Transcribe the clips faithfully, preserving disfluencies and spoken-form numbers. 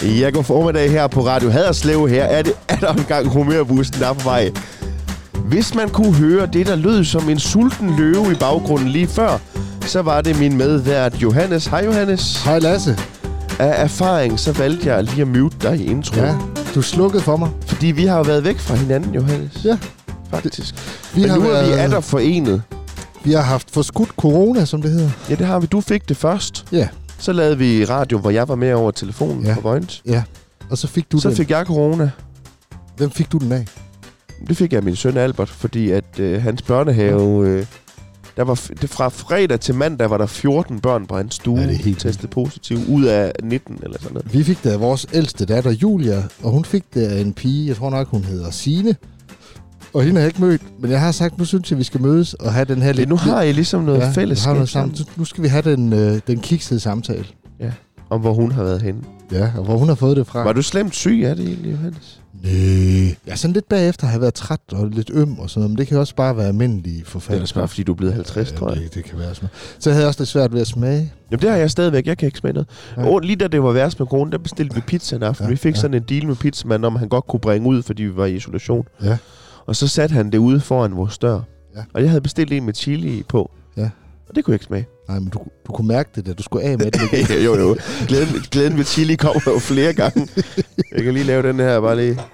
Ja, god formiddag her på Radio Haderslev. Her er det er der omgang humørbussen, der er på vej. Hvis man kunne høre det, der lød som en sulten løve i baggrunden lige før, så var det min medvært Johannes. Hej Johannes. Hej Lasse. Af erfaring, så valgte jeg lige at mute dig i introen. Ja, du slukkede for mig. Fordi vi har jo været væk fra hinanden, Johannes. Ja. Faktisk. Vi Men har nu er været... vi atter forenet. Vi har haft forskudt corona, som det hedder. Ja, det har vi. Du fik det først. Ja. Så lavede vi radio, hvor jeg var med over telefonen Ja. på Vojens. Ja. Og så fik du Så den. fik jeg corona. Hvem fik du den af? Det fik jeg af min søn Albert, fordi at øh, hans børnehave... Øh, der var f- det fra fredag til mandag var der fjorten børn på hans stue, Ja, det er helt testet positiv, ud af nitten eller sådan noget. Vi fik det af vores ældste datter, Julia, og hun fik det af en pige, jeg tror nok, hun hedder Signe. Og hende har jeg ikke mødt, men jeg har sagt, nu synes jeg, vi skal mødes og have den her... Ja, lidt, nu har I ligesom noget ja, fællesskab har noget sammen. Nu skal vi have den, øh, den kiksede samtale. Ja, om hvor hun har været henne. Ja, og hvor hun har fået det fra. Var du slemt syg af det egentlig, Johannes? Nej. Jeg er sådan lidt bagefter har jeg været træt og lidt øm og sådan noget, men det kan også bare være almindelig forfald. Det er bare, fordi du er blevet halvtreds, ja, tror jeg. Det, det kan være sådan noget. Så havde jeg også lidt svært ved at smage. Jamen, det har jeg stadigvæk. Jeg kan ikke smage noget. Ja. Og lige da det var værst med corona, der bestilte vi pizza en aften. Ja, Vi fik ja. sådan en deal med pizzamanden, om han godt kunne bringe ud, fordi vi var i isolation. Ja. Og så satte han det ude foran vores dør. Ja. Og jeg havde bestilt en med chili på. Ja. Og det kunne jeg ikke smage. Nej, men du, du kunne mærke det, da du skulle af med det. jo, jo. Glæden, glæden ved chili kommer jo flere gange. Jeg kan lige lave den her, bare lige.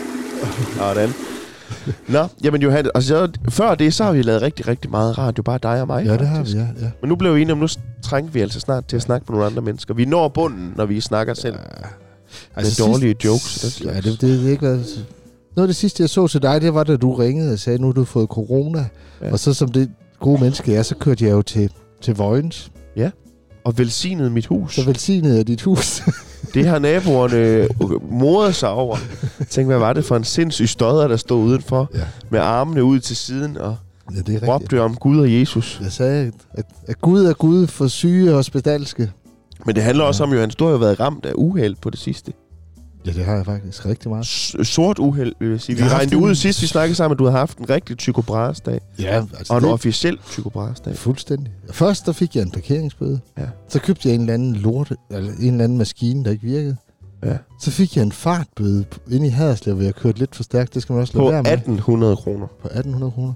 Sådan. Nå, jamen Johan, altså, før det, så har vi lavet rigtig, rigtig meget radio. Bare dig og mig, Ja, det har faktisk. vi, ja. ja. Men nu blev vi enige om, nu trænger vi altså snart til at snakke med nogle andre mennesker. Vi når bunden, når vi snakker selv. Ja. Altså, med dårlige sidst, jokes. Ja, det, det, det er ikke været... Noget af det sidste, jeg så til dig, det var, da du ringede og sagde, nu har du fået corona. Ja. Og så som det gode menneske jeg, så kørte jeg jo til, til Vojens. Og velsignede mit hus. Så velsignede jeg dit hus. Det har naboerne moret sig over. Tænk, hvad var det for en sindssyg stodder, der stod udenfor. Ja. Med armene ud til siden og Ja, det er rigtigt. råbte om Gud og Jesus. Jeg sagde, at, at Gud er Gud for syge og spedalske. Men det handler Ja. også om, Johan, du har jo været ramt af uheld på det sidste. Ja, det har jeg faktisk rigtig meget. S- sort uheld, vil jeg sige. Vi Jeg har regnede haft ud en- sidst, vi snakkede sammen, at du havde haft en rigtig Tycho Brahes-dag. Ja, altså Og en det, officiel Tycho Brahes-dag. fuldstændig. Først der fik jeg en parkeringsbøde. Ja. Så købte jeg en eller anden lorte, eller en eller anden maskine, der ikke virkede. Ja. Så fik jeg en fartbøde inde i Haderslev, hvor jeg kørte lidt for stærkt. Det skal man også lade På være med. atten hundrede kroner. På atten hundrede kroner.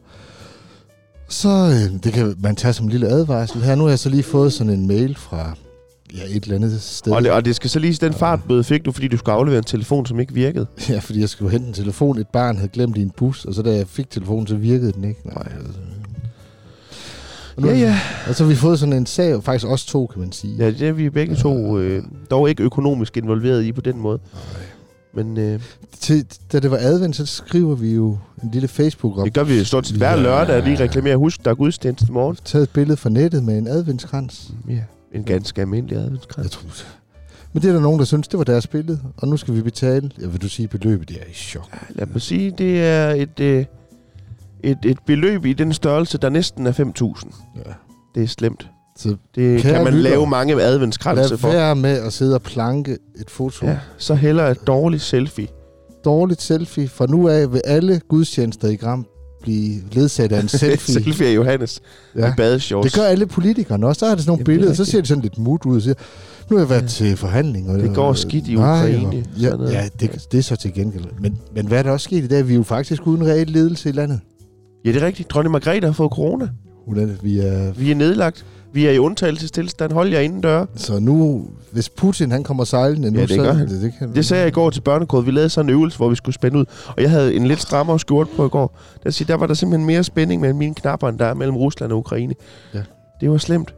Så øh, det kan man tage som en lille advarsel. Her nu har jeg så lige fået sådan en mail fra ja, et eller andet sted. Og det, og det skal så lige, den fartbøde fik du, fordi du skulle aflevere en telefon, som ikke virkede. Ja, fordi jeg skulle hente en telefon. Et barn havde glemt i en bus, og så da jeg fik telefonen, så virkede den ikke. Nej, altså. Og nu, Ja, ja. Og så har vi fået sådan en sag, faktisk også to, kan man sige. Ja, det er vi begge to øh, dog ikke økonomisk involveret i på den måde. Nej. Men øh, Til, da det var advent, så skriver vi jo en lille Facebook-op. det gør vi jo stort set hver lørdag, at lige reklamerer. Husk, der er gudstjeneste i morgen. Taget et billede fra nettet med en adventskrans. Ja, en ganske almindelig adventskrans. Jeg tror, men det er der nogen, der synes, det var deres billede, og nu skal vi betale. Jeg vil du sige, beløbet det er i chok. Lad mig sige, det er et, øh, et, et beløb i den størrelse, der næsten er fem tusind. Ja. Det er slemt. Så Det Kære kan man lytter, lave mange adventskranse lad for. være med at sidde og planke et foto. Ja, så heller et dårligt selfie. Dårligt selfie. Fra nu af vil alle gudstjenester i Gram blive ledsaget af en selfie. selfie af Johannes Ja. i badeshorts. Det gør alle politikerne også. Så har det sådan nogle Jamen, det er billeder, så rigtigt. ser det sådan lidt mut ud og siger, nu har jeg været Ja. til forhandling. Og Det går skidt i Nej, Ukraine, og- sådan Ja, noget. ja det, det er så til gengæld. Men, men hvad er der også sket i dag? Vi er jo faktisk uden reel ledelse i landet. Ja, det er rigtigt. Dronning Margrethe har fået corona. Hun er, vi er, Vi er nedlagt. Vi er i undtagelsestilstand. Hold jer indendør. så nu, hvis Putin han kommer sejlende nu, Ja, det så... gør han. Det, det, kan, Det sagde jeg i går til børnekode. Vi lavede sådan en øvelse, hvor vi skulle spænde ud. Og jeg havde en lidt strammere skjort på i går. Der, siger, der var der simpelthen mere spænding mellem mine knapper, end der er mellem Rusland og Ukraine. Ja. Det var slemt.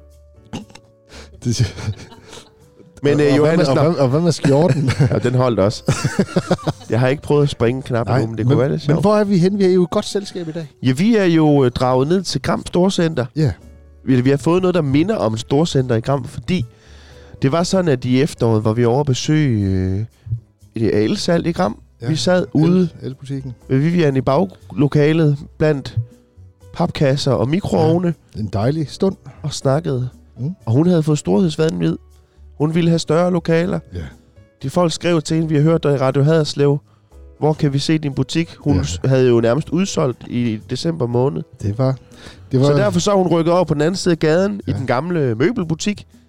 det, Men og, øh, og, Johannes, hvad med, og, hvad, og hvad med skjorten? ja, den holdt også. Jeg har ikke prøvet at springe knappen nu, men det men, kunne være lidt men sjovt. hvor er vi henne? Vi er jo et godt selskab i dag. Ja, vi er jo øh, draget ned til Gram Storcenter. Ja. Vi, vi har fået noget, der minder om et storcenter i Gram, fordi det var sådan, at i efteråret var vi over at besøge øh, et elsalg i Gram. Ja. Vi sad ude El, elbutikken. ved Vivian i baglokalet blandt papkasser og mikroovne En dejlig stund. og snakkede. Mm. Og hun havde fået storhedsvanvid. Hun ville have større lokaler. Ja. De folk skrev til hende, vi har hørt dig i Radio Haderslev. Hvor kan vi se din butik? Hun ja. havde jo nærmest udsolgt i december måned. Det var... Det var Så derfor så er hun rykket over på den anden side af gaden Ja. i den gamle møbelbutik.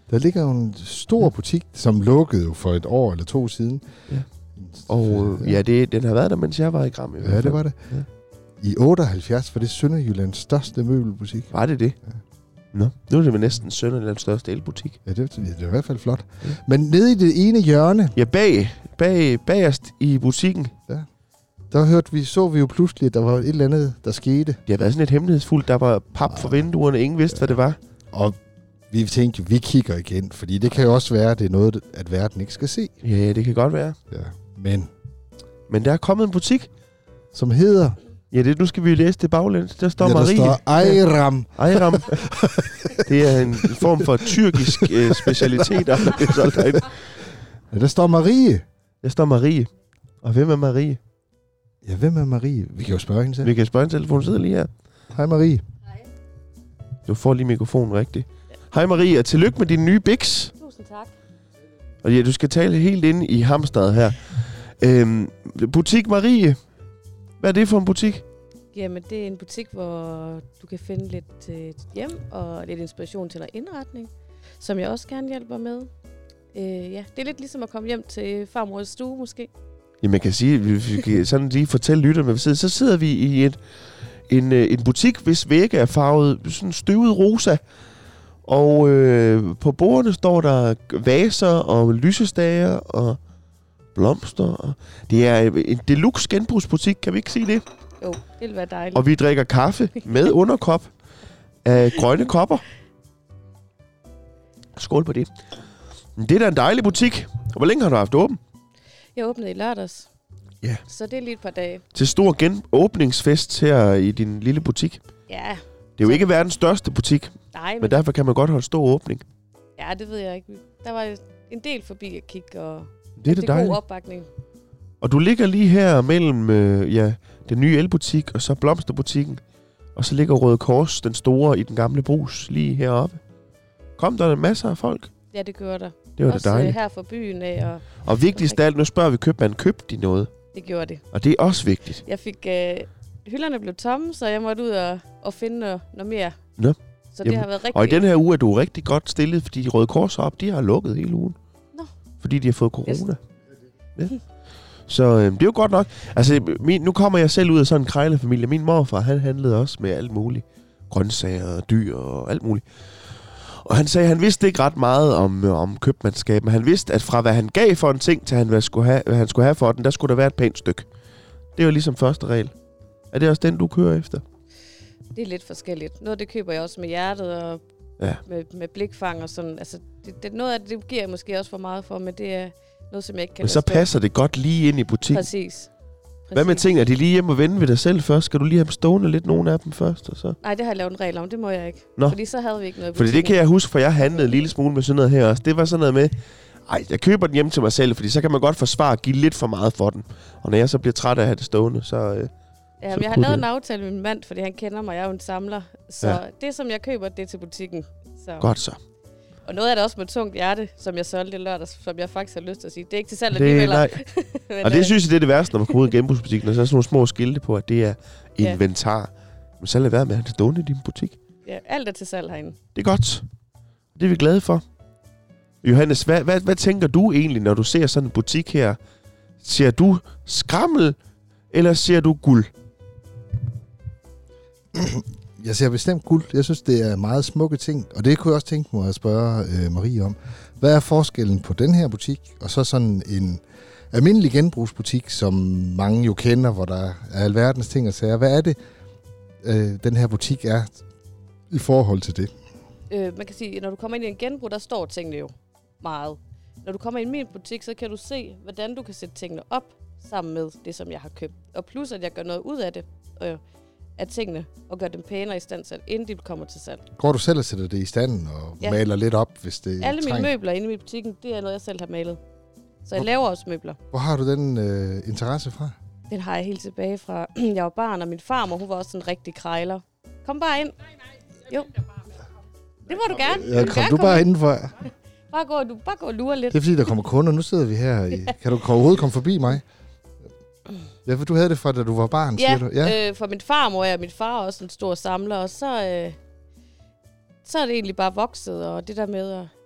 Der ligger jo en stor butik, som lukkede jo for et år eller to siden. Ja. Og ja, det, den har været der, mens jeg var i Gram. I ja, det var det. Ja. I otteoghalvfjerds var det Sønderjyllands største møbelbutik. Var det det? Ja. Nå, nu er det næsten Sønderjyllands største elbutik. Ja, det, det er i hvert fald flot. Ja. Men nede i det ene hjørne... Ja, bag, bag, bagerst i butikken. Ja. Der hørte vi, så vi jo pludselig, at der var et eller andet, der skete. Det har været sådan et hemmelighedsfuldt. Der var pap for vinduerne, ingen vidste, ja. hvad det var. Og vi tænkte, vi kigger igen, fordi det kan jo også være, at det er noget, at verden ikke skal se. Ja, det kan godt være. Ja. Men... Men der er kommet en butik, som hedder... Ja, det, nu skal vi læse det baglæns. Der står ja, der Marie. står Ayram. Ayram. Det er en form for tyrkisk øh, specialitet. Ja, der står Marie. Der står Marie. Og hvem er Marie? Ja, hvem er Marie? Vi kan jo spørge hende selv. Vi kan spørge hende selv, for hun sidder lige her. Hej Marie. Hej. Du får lige mikrofonen rigtigt. Hej Marie, og tillykke med din nye biks. Tusind tak. Og ja, du skal tale helt inde i Hamstad her. Øhm, butik Marie. Hvad er det for en butik? Jamen, det er en butik, hvor du kan finde lidt øh, hjem og lidt inspiration til noget indretning, som jeg også gerne hjælper med. Øh, ja, det er lidt ligesom at komme hjem til farmors stue, måske. Jamen, jeg kan sige, vi kan sådan lige fortælle lytterne, så sidder vi i et, en, en butik, hvis vægge er farvet sådan støvet rosa. Og øh, på bordene står der vaser og lysestager og blomster. Det er en deluxe genbrugsbutik, kan vi ikke sige det? Jo, det vil være dejligt. Og vi drikker kaffe med underkop af grønne kopper. Skål på det. Det er da en dejlig butik. Og hvor længe har du haft åben? Jeg åbnede i lørdags. Ja. Så det er lige et par dage. Til stor genåbningsfest her i din lille butik. Ja. Det er jo ikke verdens største butik. Nej, men, men derfor kan man godt holde stor åbning. Ja, det ved jeg ikke. Der var en del forbi at kigge, og det er det dejligt. God opbakning. Og du ligger lige her mellem øh, ja, den nye elbutik og så blomsterbutikken. Og så ligger Røde Kors, den store, i den gamle Brugs, lige heroppe. Kom der masser af folk? Ja, det gør der. Det var også det dejligt. Her fra byen af. Og, og vigtigst af alt, nu spørger vi købmanden, købte de noget? Det gjorde det. Og det er også vigtigt. Jeg fik... Øh, hylderne blev tomme, så jeg måtte ud og, og finde noget, noget mere. Nå. Så det Jamen, har været rigtig... Og i den her uge er du rigtig godt stillet, fordi de Røde Kors op, de har lukket hele ugen. Nå. Fordi de har fået corona. Yes. Ja. Så øh, det er jo godt nok. Altså, min, nu kommer jeg selv ud af sådan en krejlerfamilie. Min morfar, han handlede også med alt muligt. Grøntsager og dyr og alt muligt. Og han sagde, at han vidste ikke ret meget om, øh, om købmandskab, men han vidste, at fra hvad han gav for en ting, til han, hvad, skulle have, hvad han skulle have for den, der skulle der være et pænt stykke. Det var ligesom første regel. Er det også den, du kører efter? Det er lidt forskelligt. Noget det køber jeg også med hjertet og ja. med, med blikfang og sådan. Altså, det, det, noget af det, det giver jeg måske også for meget for, men det er noget, som jeg ikke kan Men så stå. Passer det godt lige ind i butikken. Præcis. Præcis. Hvad med ting? Er de lige hjemme og vende ved dig selv først? Skal du lige have dem stående lidt, nogle af dem først? Og så? Nej, det har jeg lavet en regel om. Det må jeg ikke. Nå. Fordi så havde vi ikke noget. Fordi det kan jeg huske, for jeg handlede en lille smule med sådan noget her også. Det var sådan noget med, ej, jeg køber den hjem til mig selv, fordi så kan man godt forsvare at give lidt for meget for den. Og når jeg så bliver træt af at have det stående, så... Øh, ja, men jeg har lavet det. En aftale med min mand, fordi han kender mig. Jeg er jo en samler. Så ja. Det, som jeg køber, det er til butikken. Så. Godt så. Og noget af det også med tungt hjerte, som jeg solgte i lørdags, som jeg faktisk har lyst til at sige. Det er ikke til salg alligevel. Nej. Og det synes jeg, det er det værste, når man kommer ud i genbrugsbutikken, og så er sådan nogle små skilte på, at det er inventar. Ja. Men så lad være med at have det stående i din butik. Ja, alt er til salg herinde. Det er godt. Det er vi glade for. Johannes, hvad, hvad, hvad tænker du egentlig, når du ser sådan en butik her? Ser du skrammel, eller ser du guld? Jeg ser bestemt guld. Jeg synes, det er meget smukke ting. Og det kunne jeg også tænke mig at spørge øh, Marie om. Hvad er forskellen på den her butik, og så sådan en almindelig genbrugsbutik, som mange jo kender, hvor der er alverdens ting at sige. Hvad er det, øh, den her butik er i forhold til det? Øh, man kan sige, at når du kommer ind i en genbrug, der står tingene jo meget. Når du kommer ind i min butik, så kan du se, hvordan du kan sætte tingene op sammen med det, som jeg har købt. Og plus, at jeg gør noget ud af det. Øh, af tingene, og gør dem pænere i standsat, inden de kommer til salg. Går du selv og sætter det i standen, og ja. maler lidt op, hvis det Alle trænger? mine møbler inde i butikken, det er noget, jeg selv har malet. Så jeg hvor, laver også møbler. Hvor har du den øh, interesse fra? Den har jeg helt tilbage fra, jeg var barn, og min farmor, hun var også en rigtig krejler. Kom bare ind. Nej, nej. Jo. Det må du gerne. Ja, du kom du bare indenfor. bare, gå, du, bare gå og lure lidt. Det er fordi, der kommer kunder. Nu sidder vi her. I, kan du overhovedet komme forbi mig? Ja, for du havde det fra, da du var barn, ja, siger du? Ja, øh, for min farmor og min far er også en stor samler, og så, øh, så er det egentlig bare vokset, og det der med,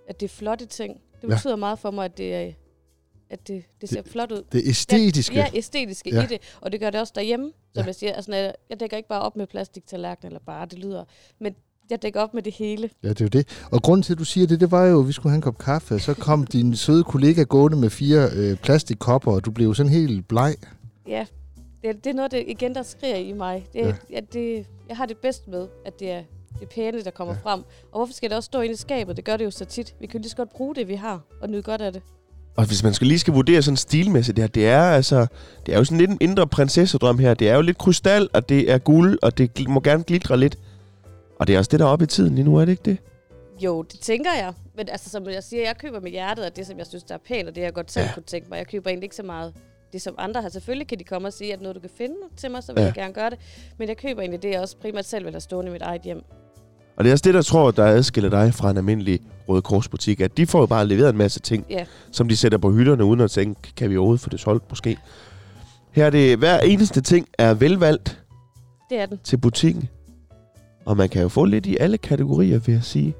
at det er flotte ting. Det Ja. betyder meget for mig, at det er at det, det ser Det- flot ud. Det æstetiske. Ja, æstetiske Ja. i det. Og det gør det også derhjemme, som Ja. jeg siger. Altså, når jeg, jeg dækker ikke bare op med plastiktallerken, eller bare, det lyder. Men jeg dækker op med det hele. Ja, det er jo det. Og grunden til, at du siger det, det var jo, at vi skulle have en kop kaffe, og så kom din søde kollega gående med fire øh, plastikkopper, og du blev jo sådan helt bleg. Ja, det, det er noget, det, igen, der skriger i mig. Det, Ja. ja. Ja, det, jeg har det bedst med, at det er det pæne, der kommer Ja. ja. frem. Og hvorfor skal det også stå inde i skabet? Det gør det jo så tit. Vi kan lige så godt bruge det, vi har, og nyde godt af det. Og hvis man skal lige skal vurdere sådan stilmæssigt det her, det er altså, det er jo sådan lidt en indre prinsessedrøm her. Det er jo lidt krystal, og det er guld, og det gl- må gerne glitre lidt. Og det er også det, der er oppe i tiden lige nu, er det ikke det? Jo, det tænker jeg. Men altså, som jeg siger, jeg køber med hjertet af det, som jeg synes, der er pænt, og det, jeg godt selv Ja. ja. kunne tænke mig. Jeg køber egentlig ikke så meget det, som andre har. Selvfølgelig kan de komme og sige, at noget, du kan finde til mig, så vil Ja. ja. jeg gerne gøre det. Men jeg køber egentlig det, jeg også primært selv vil have stående i mit eget hjem. Og det er også det, der tror, der adskiller dig fra en almindelig Røde Kors-butik, at de får jo bare leveret en masse ting, Ja. som de sætter på hylderne, uden at tænke, kan vi overhovedet få det solgt måske. Her er det, hver eneste ting er velvalgt Det er den. til butikken. Og man kan jo få lidt i alle kategorier, vil jeg sige.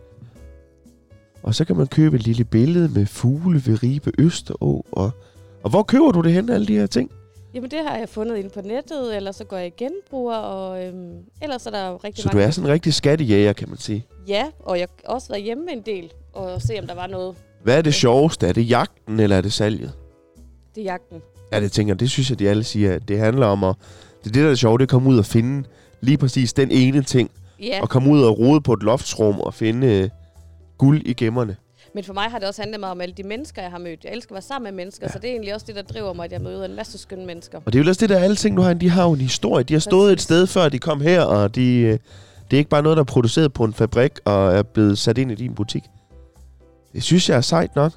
Og så kan man købe et lille billede med fugle ved Ribe Østerå. Og, og hvor køber du det hen, alle de her ting? Jamen, det har jeg fundet inde på nettet, eller så går jeg i genbruger, og øhm, ellers er der jo rigtig Så du mange... er sådan en rigtig skattejæger, kan man sige. Ja, og jeg har også været hjemme en del, og se, om der var noget. Hvad er det sjoveste? Er det jagten, eller er det salget? Det er jagten. Ja, det tænker jeg, det synes jeg, de alle siger, at det handler om at... Det er det, der er sjovt, det er at komme ud og finde lige præcis den ene ting. Ja, Og komme ud og rode på et loftsrum og finde øh, guld i gemmerne. men for mig har det også handlet meget om alle de mennesker, jeg har mødt. Jeg elsker at være sammen med mennesker, Ja. ja. så det er egentlig også det, der driver mig, at jeg møder en masse skønne mennesker. Og det er jo også det der, alle ting, du har, de har jo en historie. De har stået Præcis. et sted før, de kom her, og de, øh, det er ikke bare noget, der er produceret på en fabrik og er blevet sat ind i din butik. Det synes jeg er sejt nok.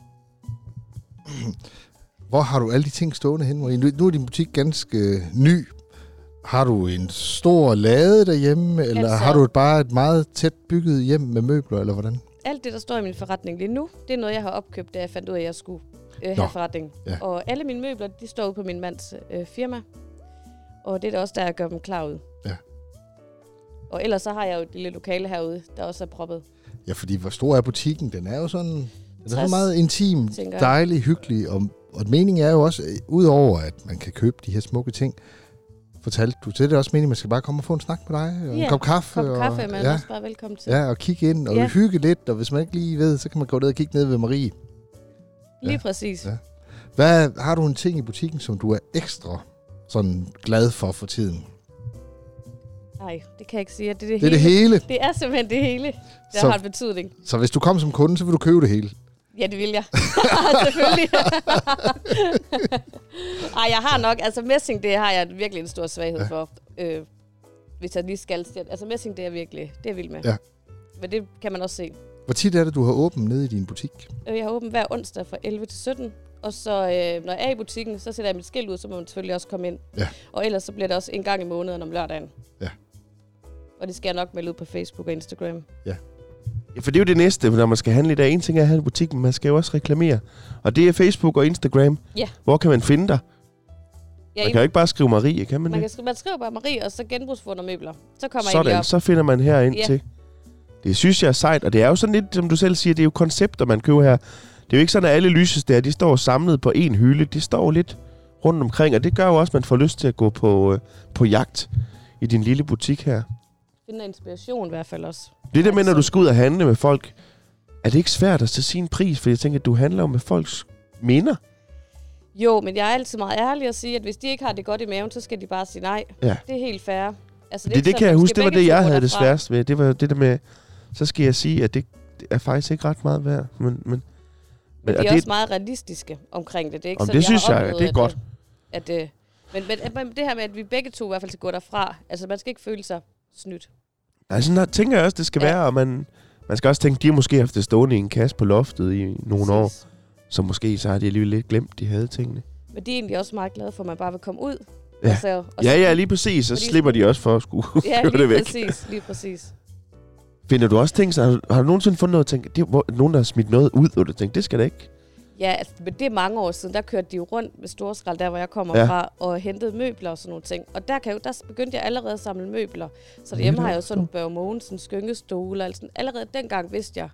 Hvor har du alle de ting stående hen, Marie? Nu, nu er din butik ganske øh, ny. Har du en stor lade derhjemme, eller Altså- har du et bare et meget tæt bygget hjem med møbler, eller hvordan? Alt det, der står i min forretning lige nu, det er noget, jeg har opkøbt, da jeg fandt ud af, at jeg skulle øh, Nå. have forretning. Ja. Og alle mine møbler, de står ude på min mands øh, firma. Og det er da også der, jeg gør dem klar ud. Ja. Og ellers så har jeg jo et lille lokale herude, der også er proppet. Ja, fordi hvor stor er butikken? Den er jo sådan, den er så tres, meget intim, tænker jeg. dejlig, hyggelig. Og, og meningen er jo også, øh, udover at man kan købe de her smukke ting, fortalte du til det er også meningen, at man skal bare komme og få en snak med dig, og en Ja, kop kaffe. Kop og, kaffe, man er ja, også bare velkommen til. ja, og kigge ind og Ja. hygge lidt, og hvis man ikke lige ved, så kan man gå ned og kigge ned ved Marie. Lige Ja. præcis. Ja. Hvad har du en ting i butikken, som du er ekstra sådan glad for for tiden? Nej, det kan jeg ikke sige. Det er det, Det er hele. det hele. Det er simpelthen det hele, der Så- har en betydning. Så hvis du kommer som kunde, så vil du købe det hele. Ja, det vil jeg. Selvfølgelig. Ej, jeg har nok, altså messing, det har jeg virkelig en stor svaghed Ja. for. Øh, hvis jeg lige skal sige, altså messing, det er virkelig, det er jeg vild med. Ja. Men det kan man også se. Hvor tit er det, du har åbent nede i din butik? Øh, Jeg har åbent hver onsdag fra elleve til sytten. Og så øh, når jeg er i butikken, så sætter jeg mit skilt ud, så må man selvfølgelig også komme ind. Ja. Og ellers så bliver det også en gang i måneden om lørdagen. Ja. Og det skal jeg nok melde ud på Facebook og Instagram. Ja, for det er jo det næste, når man skal handle i dag. En ting er at have en butik, men man skal jo også reklamere. Og det er Facebook og Instagram. Ja. Hvor kan man finde dig? Ja, Man kan jo ikke bare skrive Marie, kan man, man, det? kan, skri- man skriver bare Marie, og så genbrugsfund og møbler. Så kommer jeg egentlig Sådan, op. så finder man herind Ja. til. Det synes jeg er sejt, og det er jo sådan lidt, som du selv siger, det er jo koncepter, man køber her. Det er jo ikke sådan, at alle lysestager, de står samlet på en hylde. De står lidt rundt omkring, og det gør jo også, at man får lyst til at gå på, øh, på jagt i din lille butik her. Finder inspiration i hvert fald også. Det der med, når Altså- du skal ud og handle med folk, er det ikke svært at sige en pris? For jeg tænker, at du handler jo med folks minder. Jo, men jeg er altid meget ærlig at sige, at hvis de ikke har det godt i maven, så skal de bare sige nej. Ja. Det er helt fair. Altså, Det, er ikke det sådan, kan jeg at vi huske, skal det var begge det, to jeg gå havde det derfra. sværest ved. Det var det der med, så skal jeg sige, at det, det er faktisk ikke ret meget værd. Men, men, men, Men og de er det, også meget realistiske omkring det. Det er ikke Om sådan, det synes har jeg, oplevet, det er at, godt. At, at, men, men, men det her med, at vi begge to i hvert fald skal gå derfra. Altså, man skal ikke føle sig snydt. altså, sådan, tænker jeg også, det skal Ja. være. Og man, man skal også tænke, de har måske haft det stående i en kasse på loftet i nogle år. Præcis. Så måske så har de alligevel lidt glemt, de havde tingene. Men de er egentlig også meget glade for, at man bare vil komme ud. Ja. Altså, og Ja, ja, lige præcis. Så Fordi- slipper de også for at skulle Ja, køre det lige væk. præcis. Lige præcis. Finder du også ting, så har, har du nogensinde fundet noget og tænkt, det er hvor, nogen, der har smidt noget ud, og du tænker, det skal da ikke. Ja, altså, men det er mange år siden. Der kørte de jo rundt med Storskrald, der hvor jeg kommer Ja. ja. fra, og hentede møbler og sådan nogle ting. Og der, kan jo, der begyndte jeg allerede at samle møbler. Så derhjemme Ja, har jeg jo det er sådan Børge Mogensen, skyngestole og alt sådan. Allerede dengang vidste jeg,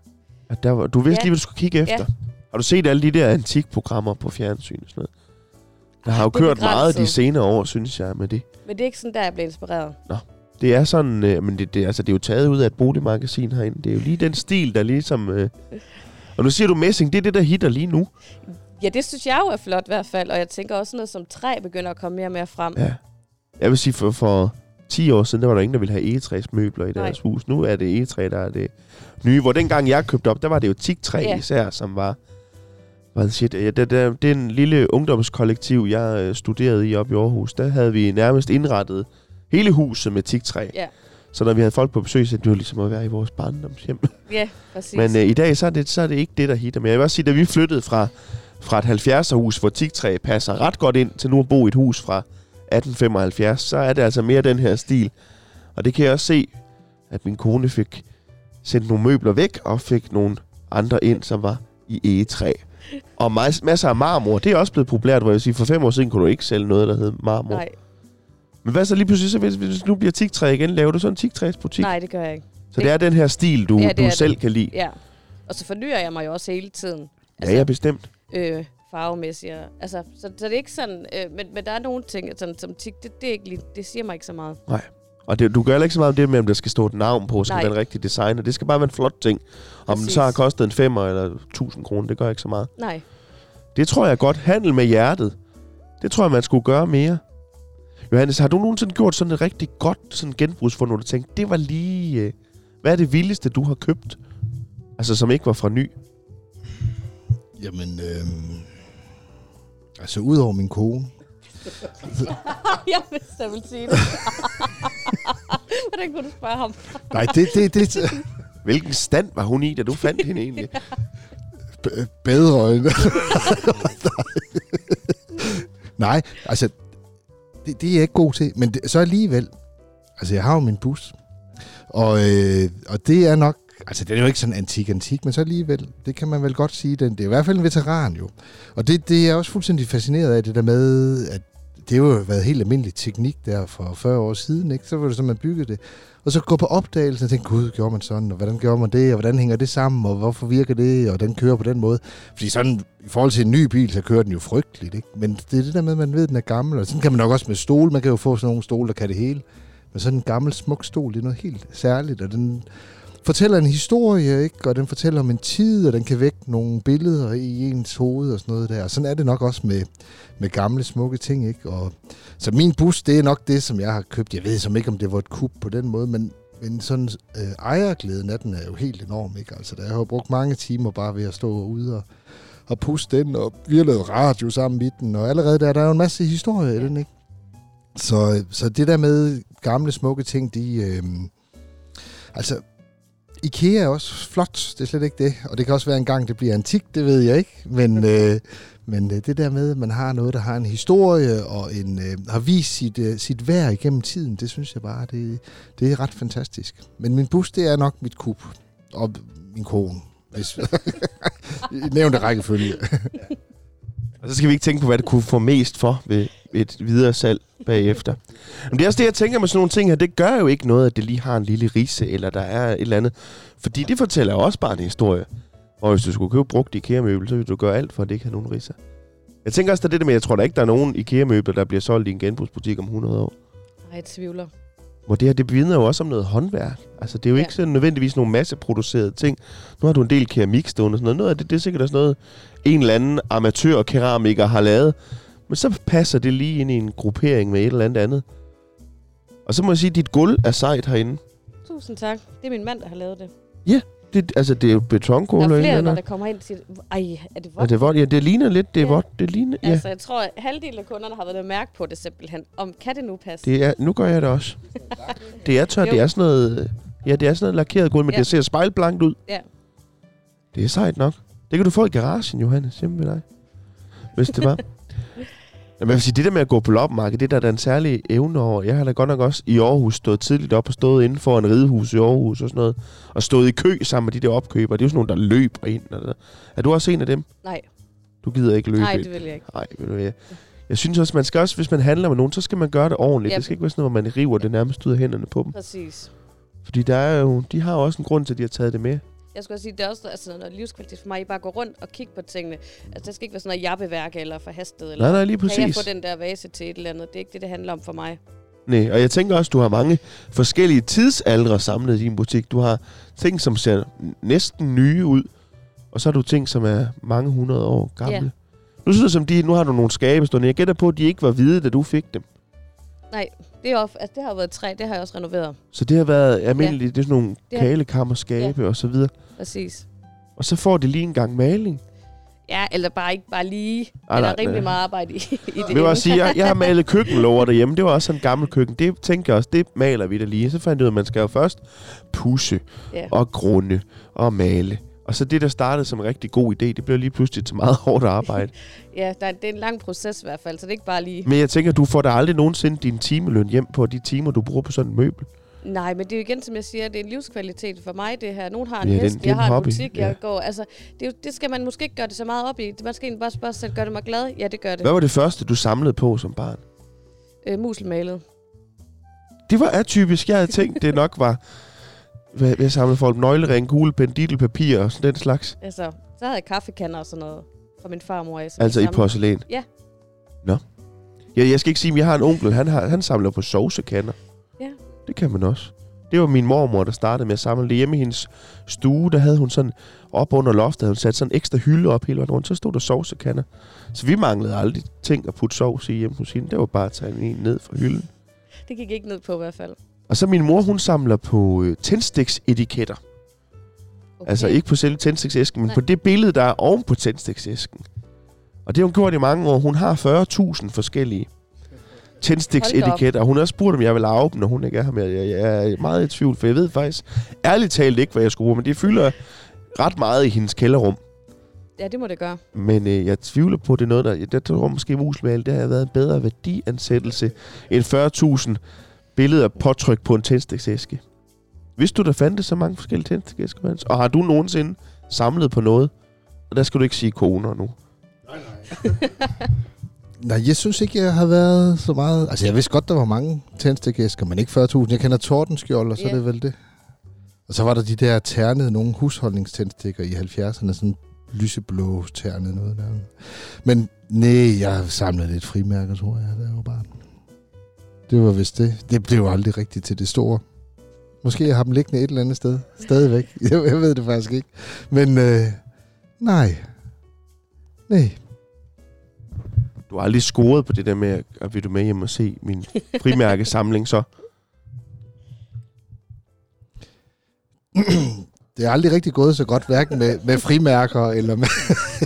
At der var, du vidste Ja. lige, hvad du skulle kigge efter. Ja. Har du set alle de der antikprogrammer på fjernsyn og sådan noget? Der har jo Det er kørt meget begrænset. de senere år, synes jeg, med det. Men det er ikke sådan, der jeg blev inspireret. Det er sådan, øh, men det, det, altså, det er jo taget ud af et boligmagasin herinde. Det er jo lige den stil, der ligesom... Øh... Og nu siger du messing, det er det, der hitter lige nu. Ja, det synes jeg jo er flot i hvert fald. Og jeg tænker også noget som træ begynder at komme mere og mere frem. Ja. Jeg vil sige, for, for ti år siden, der var der ingen, der ville have egetræsmøbler i Nej. deres hus. Nu er det egetræ, der er det nye. Hvor dengang jeg købte op, der var det jo teaktræ Ja. især, som var... Hvad shit, ja, det, det, det er en lille ungdomskollektiv, jeg øh, studerede i oppe i Aarhus. Der havde vi nærmest indrettet hele huset med teaktræ. Ja, Så når vi havde folk på besøg, så det var ligesom at være i vores barndomshjem. ja præcis. Men øh, i dag, så er, det, så er det ikke det, der hitter. Men jeg vil også sige, da vi flyttede fra, fra et halvfjerdser-hus, hvor teaktræ passer ret godt ind, til nu at bo i et hus fra atten femoghalvfjerds, så er det altså mere den her stil. Og det kan jeg også se, at min kone fik sendt nogle møbler væk, og fik nogle andre ind, som var i egetræ. Og mas- masser af marmor, det er også blevet populært, hvor jeg vil sige, for fem år siden kunne du ikke sælge noget, der hed marmor. Nej, Men hvad så lige pludselig, så hvis, hvis nu bliver teaktræ igen, laver du så en teaktræsbutik? nej, det gør jeg ikke. Så det er den her stil, du, Ja, ja, det du er selv det. kan lide? Ja, og så fornyer jeg mig jo også hele tiden. Ja, ja, bestemt. øh, farvemæssigt. og- Altså, så, så det er ikke sådan... Øh, men, men der er nogle ting, sådan, som tik, det, det, er ikke lige, det siger mig ikke så meget. Og det, du gør heller ikke så meget om det med, om der skal stå et navn på, skal Nej. være en rigtig designer. Det skal bare være en flot ting. Om den Præcis. så har kostet en femmer eller tusind kroner, det gør ikke så meget. Nej. Det tror jeg godt. Handel med hjertet. Det tror jeg, man skulle gøre mere. Johannes, har du nogensinde gjort sådan et rigtig godt sådan genbrugsfund, hvor du tænkte, det var lige... Øh, hvad er det vildeste, du har købt? Altså, som ikke var fra ny. Jamen, øh, altså udover min kone. jeg vidste, jeg ville sige det. Hvordan kunne du spørge ham? Nej, det det det Hvilken stand var hun i, da du fandt hende egentlig? b- bedre end. Nej, altså det, det er jeg ikke god til, men det, så alligevel. Altså jeg har jo min bus. Og øh, og det er nok, altså det er jo ikke sådan antik antik, men så alligevel, det kan man vel godt sige, den det er i hvert fald en veteran jo. Og det det er jeg også fuldstændig fascineret af, det der med at det har jo været helt almindelig teknik der for fyrre år siden, ikke? Så var det så, man byggede det. Og så gå på opdagelsen og tænke, gud, gjorde man sådan, og hvordan gjorde man det, og hvordan hænger det sammen, og hvorfor virker det, og den kører på den måde. Fordi sådan, i forhold til en ny bil, så kører den jo frygteligt, ikke? Men det er det der med, at man ved, at den er gammel, og sådan kan man nok også med stol. Man kan jo få sådan nogle stole, der kan det hele. Men sådan en gammel, smuk stol, det er noget helt særligt, og den fortæller en historie, ikke? Og den fortæller om en tid, og den kan vække nogle billeder i ens hoved og sådan noget der. Og sådan er det nok også med, med gamle, smukke ting, ikke? Og så min bus, det er nok det, som jeg har købt. Jeg ved som ikke, om det var et kub på den måde, men, men sådan øh, ejerglæden af den er jo helt enorm, ikke? Altså, der har jo brugt mange timer bare ved at stå ude og, og puste den, og vi har lavet radio sammen i den, og allerede der, der er jo en masse historie i den, ikke? Så, så det der med gamle, smukke ting, de... Øh, altså, IKEA er også flot, det er slet ikke det. Og det kan også være en gang, det bliver antik, det ved jeg ikke. Men, øh, men øh, det der med, at man har noget, der har en historie, og en, øh, har vist sit, øh, sit værd igennem tiden, det synes jeg bare, det, det er ret fantastisk. Men min bus, det er nok mit kub. Og min kone. Hvis nævnte rækkefølge. Og så skal vi ikke tænke på, hvad det kunne få mest for ved et videre salg bagefter. Men det er også det, jeg tænker med sådan nogle ting her. Det gør jo ikke noget, at det lige har en lille ridse, eller der er et eller andet. Fordi det fortæller jo også bare en historie. Og hvis du skulle købe brugt IKEA-møbel, så vil du gøre alt for, at det ikke har nogen ridser. Jeg tænker også, der er det der med, jeg tror der ikke, der er nogen IKEA-møbler, der bliver solgt i en genbrugsbutik om hundrede år. Nej, jeg tvivler. Hvor det her, det vidner jo også om noget håndværk. Altså, det er jo Ja. ikke sådan nødvendigvis nogle masseproducerede ting. Nu har du en del keramik stående og sådan noget. Noget af det, det er sikkert også noget, en eller anden amatør-keramiker har lavet. Men så passer det lige ind i en gruppering med et eller andet andet. Og så må jeg sige, at dit gulv er sejt herinde. Tusind tak. Det er min mand, der har lavet det. Det, altså, det er jo betongulv. Der er og et flere, eller når andet. der kommer ind og siger, ej, er det Er vådt? det vådt? Ja, det ligner lidt. Det er Ja. vådt. Det ligner, ja. Altså, jeg tror, at halvdelen af kunderne har været at mærke på det simpelthen. Om, kan det nu passe? Det er, nu gør jeg det også. Det er tørt. Jo. Det er sådan noget... Ja, det er sådan noget lakeret gulv, men Ja. det ser spejlblankt ud. Ja. Det er sejt nok. Det kan du få i garagen, Johannes, hjemme ved dig. Hvis det var. Jamen, jeg vil sige, det der med at gå på loppemarked, det der er der en særlig evne over. Jeg har da godt nok også i Aarhus stået tidligt op og stået inden for en ridehus i Aarhus og sådan noget. Og stået i kø sammen med de der opkøbere. Det er jo sådan nogle, der løber ind. Eller er du også en af dem? Nej, Du gider ikke løbe nej, ind. det vil jeg ikke. Nej, ved du hvad. Jeg synes også, man skal også, hvis man handler med nogen, så skal man gøre det ordentligt. Ja. Det skal ikke være sådan noget, hvor man river det nærmest ud af hænderne på dem. Præcis. Fordi der er jo, de har jo også en grund til, at de har taget det med. Jeg skulle også sige, det er også altså, noget livskvalitet for mig, I bare går rundt og kigge på tingene. Altså, det skal ikke være sådan noget jappeværk eller forhastet. Eller Nej, nej, lige præcis. Kan jeg få den der vase til et eller andet? Det er ikke det, det handler om for mig. Nej, og jeg tænker også, du har mange forskellige tidsaldre samlet i din butik. Du har ting, som ser næsten nye ud, og så har du ting, som er mange hundrede år gamle. Yeah. Nu synes jeg, som de, nu har du nogle skabe stående. Jeg gætter på, at de ikke var hvide, da du fik dem. Nej, det, er off, altså, det har jo været træ, det har jeg også renoveret. Så det har været almindeligt, Ja. det er sådan nogle kalekammerskabe ja. og så videre. Præcis. Og så får det lige en gang maling. Ja, eller bare ikke bare lige. Ah, eller nej, rimelig nej. meget arbejde i, i det. Jeg vil også sige, jeg, jeg har malet køkkenlåger derhjemme. Det var også sådan en gammel køkken. Det tænker jeg også, det maler vi da lige. Så fandt jeg ud af, at man skal jo først pudse ja. og grunde og male. Og så det, der startede som en rigtig god idé, det blev lige pludselig til meget hårdt arbejde. Ja, der er, det er en lang proces i hvert fald, så det er ikke bare lige... Men jeg tænker, du får da aldrig nogensinde din timeløn hjem på de timer, du bruger på sådan en møbel. Nej, men det er jo igen, som jeg siger, det er en livskvalitet for mig, det her. Nogen har en Ja, hest, den- jeg den har en hobby, butik, ja. jeg går... Altså, det, er jo, det skal man måske ikke gøre det så meget op i. Man skal egentlig bare spørge sig selv, gør det mig glad? Ja, det gør det. Hvad var det første, du samlede på som barn? Øh, muselmalet. Det var atypisk. Jeg havde tænkt, det nok var... Hvad, hvad samlede folk? Nøglering, kuglepen, diddelpapir og sådan den slags. Altså, så havde jeg kaffekanner og sådan noget fra min farmor af. Altså i porcelæn? Ja. Nå. Ja, jeg skal ikke sige, at jeg har en onkel, han, har, han samler på sovsekander. Ja. Det kan man også. Det var min mormor, der startede med at samle det. Hjemme i hendes stue, der havde hun sådan, op under loftet, havde hun sat sådan en ekstra hylde op hele vejen rundt, så stod der sovsekander. Så vi manglede aldrig ting at putte sovs i hjemme hos hende. Det var bare at tage en ned fra hylden. Det gik ikke ned på i hvert fald. Og så min mor, hun samler på øh, tændstiksetiketter. Okay. Altså ikke på selve tændstiksæsken, men Nej. på det billede, der er oven på tændstiksæsken. Og det har hun gjort i mange år. Hun har fyrre tusind forskellige tændstiksetiketter. Hun har også spurgt, om jeg vil arve dem, når hun ikke er her med. Jeg, jeg er meget i tvivl, for jeg ved faktisk ærligt talt ikke, hvad jeg skulle bruge. Men det fylder ret meget i hendes kælderrum. Ja, det må det gøre. Men øh, jeg tvivler på, det er noget, der... Jeg tror måske, muselmalet, det har været en bedre værdiansættelse end fyrre tusind billeder påtryk på en tændstiksæske. Vidste du, der fandtes så mange forskellige tændstikæsker, Hans? Og har du nogensinde samlet på noget? Og der skal du ikke sige koner nu. Nej, nej. Nej, jeg synes ikke, jeg har været så meget... Altså, jeg vidste godt, der var mange tændstikæsker, men ikke fyrre tusind. Jeg kender Tordenskjold, og så Ja. er det vel det. Og så var der de der ternede, nogle husholdningstændstikker i halvfjerdserne, sådan lyseblå ternede noget der. Men nej, jeg har samlet lidt frimærker, tror jeg, da jeg var barn. Det var vist det. Det blev aldrig rigtigt til det store. Måske jeg har dem liggende et eller andet sted. Stadigvæk. Jeg, jeg ved det faktisk ikke. Men øh, nej. Nej. Du har aldrig scoret på det der med, at vil du med hjem og se min frimærkesamling så? Det er aldrig rigtig gået så godt, hverken med, med frimærker eller med...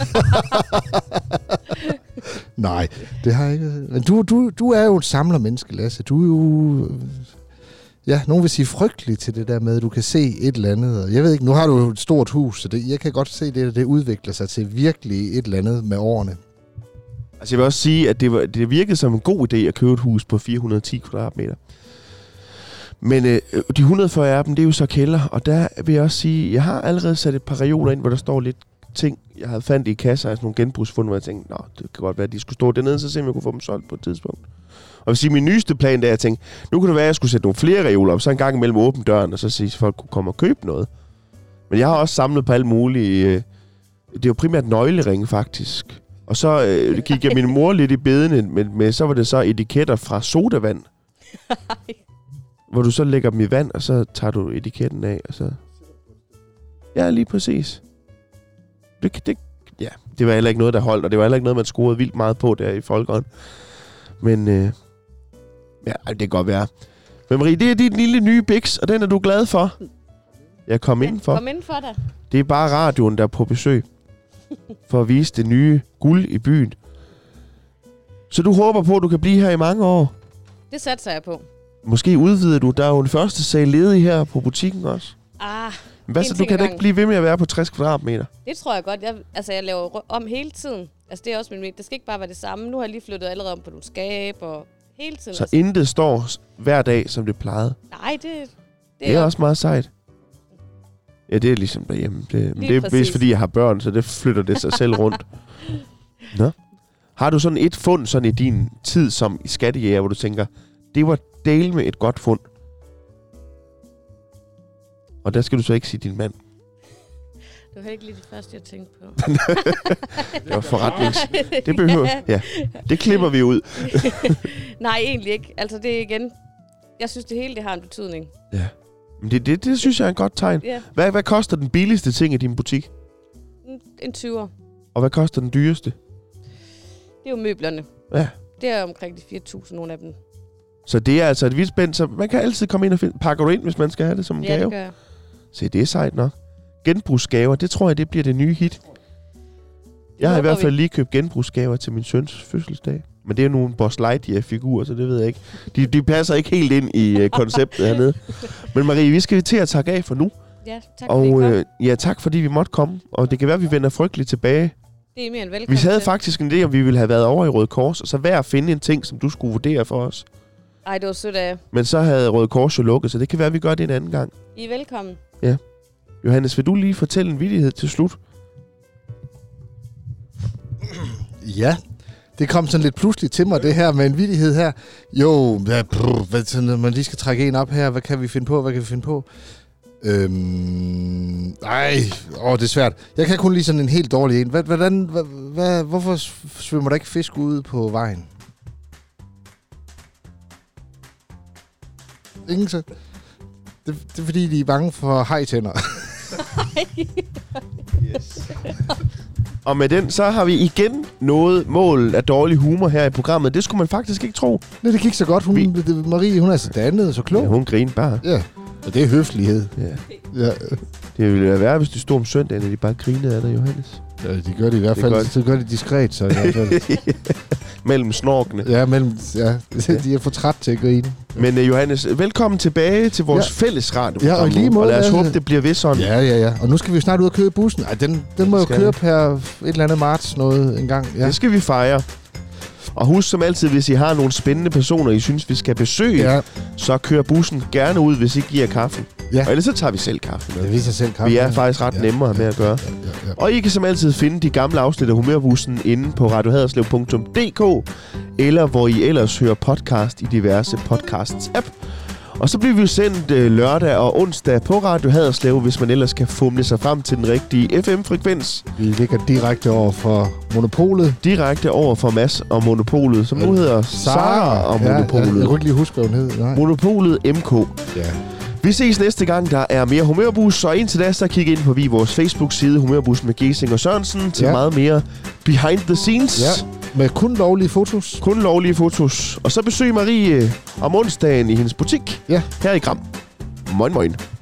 Nej, det har jeg ikke. Men du, du, du er jo et samlermenneske, Lasse. Du er jo... Ja, nogen vil sige frygtelig til det der med, at du kan se et eller andet. Og jeg ved ikke, nu har du jo et stort hus, så det, jeg kan godt se det, at det udvikler sig til virkelig et eller andet med årene. Altså jeg vil også sige, at det, var, det virkede som en god idé at købe et hus på fire hundrede og ti kvadratmeter. Men øh, de et hundrede og fyrre af dem, det er jo så kælder, og der vil jeg også sige, jeg har allerede sat et par reoler ind, hvor der står lidt ting, jeg havde fandt i kasser, altså nogle genbrugsfund, hvor jeg tænkte, nå, det kan godt være, at de skulle stå dernede, så se om jeg kunne få dem solgt på et tidspunkt. Og jeg vil sige, min nyeste plan, der jeg tænkte, nu kunne det være, at jeg skulle sætte nogle flere reoler op, så en gang imellem åbne døren, og så sige, at folk kunne komme og købe noget. Men jeg har også samlet på alt muligt. Øh, det er jo primært nøgleringe, faktisk. Og så øh, gik jeg min mor lidt i bedene, men med, så var det så etiketter fra sodavand. Hvor du så lægger dem i vand, og så tager du etiketten af, og så... Ja, lige præcis. Det, det, ja, det var heller ikke noget, der holdt, og det var heller ikke noget, man scorede vildt meget på der i Folkeånd. Men, øh, ja, det kan godt være. Men Marie, det er dit lille nye biks, og den er du glad for. Jeg kom Ja, indenfor. kom indenfor da. Det er bare radioen, der er på besøg. For at vise det nye guld i byen. Så du håber på, at du kan blive her i mange år? Det satser jeg på. Måske udvider du. Der er jo en første sag ledig her på butikken også. Ah, Men hvad en så, du ting kan ad da ikke gangen. blive ved med at være på tres kvadratmeter? det tror jeg godt. Jeg, altså, jeg laver rø- om hele tiden. Altså, det er også min mening. Det skal ikke bare være det samme. Nu har jeg lige flyttet allerede om på nogle skab og hele tiden. Så altså. intet står s- hver dag, som det plejede. Nej, det, det, Det er også meget sejt. Ja, det er ligesom derhjemme. Det, men Lige det er præcis. vist, fordi jeg har børn, så det flytter det sig selv rundt. Nå. Har du sådan et fund sådan i din tid som i skattejæger, hvor du tænker, det var del med et godt fund? Og der skal du så ikke sige din mand. Det var ikke lige det første, jeg tænkte på. Det var forretnings... Det behøver... Ja, det klipper vi ud. Nej, egentlig ikke. Altså, det er igen... Jeg synes, det hele det har en betydning. Ja. Men det, det, det synes jeg er et godt tegn. Ja. Hvad, hvad koster den billigste ting i din butik? En, en tyver. Og hvad koster den dyreste? Det er jo møblerne. Ja. Det er omkring de fire tusind, nogle af dem. Så det er altså et vidt spænd, så man kan altid komme ind og finde... Pakker du ind, hvis man skal have det som en Ja, gave? det gør jeg. Se, det er sejt nok. Genbrugsgaver, det tror jeg, det bliver det nye hit. Jeg har i hvert fald lige købt genbrugsgaver til min søns fødselsdag. Men det er nogle Boss Lightyear-figurer, så det ved jeg ikke. De, de passer ikke helt ind i uh, konceptet hernede. Men Marie, vi skal til at takke af for nu. Ja, tak og fordi øh, ja, tak fordi vi måtte komme. Og det kan være, at vi vender frygteligt tilbage. Det er mere end velkommen. Vi havde til. faktisk en idé, om vi ville have været over i Røde Kors, og så hver at finde en ting, som du skulle vurdere for os. Ej, det var sødt af. Men så havde Røde Kors jo lukket, så det kan være, at vi gør det en anden gang. I er velkommen. Ja. Johannes, vil du lige fortælle en vittighed til slut? Ja, det kom sådan lidt pludseligt til mig, det her med en vittighed her. Jo, hvad, brr, hvad, så når man lige skal trække en op her, hvad kan vi finde på, hvad kan vi finde på? Øhm, ej, åh, det er svært. Jeg kan kun lige sådan en helt dårlig en. Hvordan, hvad, hvad, hvorfor svømmer der ikke fisk ude på vejen? Ingen så. Det, det er fordi, de er bange for hajtænder. Yes. Og med den, så har vi igen nået målet af dårlig humor her i programmet. Det skulle man faktisk ikke tro. Nej, det gik så godt. Hun, vi... det, Marie, hun er så dannet og så klog. Ja, hun griner bare. Ja, og det er høflighed. Ja. Ja. Det ville være, hvis de stod om søndagen, og de bare grinede af dig, Johannes. Ja, de gør det i hvert fald. Det gør, det gør det diskret, så i hvert fald. Mellem snorkene. Ja, mellem, ja. De er for træt til at grine. Men uh, Johannes, velkommen tilbage til vores ja. fælles radio. Ja, og lige måde. Og lad os ja, håbe, det bliver ved sådan. Ja, ja, ja. Og nu skal vi snart ud og køre bussen. Ej, den, den må jo køre per et eller andet marts noget en gang. Ja. Det skal vi fejre. Og husk som altid, hvis I har nogle spændende personer, I synes, vi skal besøge, ja. så kører bussen gerne ud, hvis I giver kaffen. Ja. Og ellers så tager vi selv kaffe. Ja, vi tager selv kaffe. Vi er faktisk ret ja. nemmere ja. med at gøre. Ja, ja, ja. Og I kan som altid finde de gamle afsnit af Humørbussen inde på radio haderslev punktum d k, eller hvor I ellers hører podcast i diverse podcasts-app. Og så bliver vi jo sendt øh, lørdag og onsdag på Radio Haderslev, hvis man ellers kan fumle sig frem til den rigtige F M-frekvens. Vi ligger direkte over for Monopolet. Direkte over for Mads og Monopolet, som nu hedder Sara og Monopolet. Ja, jeg kunne ikke lige huske, hvad hun hed. Nej. Monopolet M K. Ja. Vi ses næste gang, der er mere Humørbus, og indtil da, så kig ind på vi, vores Facebook-side, Humørbus med Gesing og Sørensen, til ja. meget mere behind the scenes. Ja, med kun lovlige fotos. Kun lovlige fotos. Og så besøg Marie om onsdagen i hendes butik, ja. her i Gram. Moin, moin.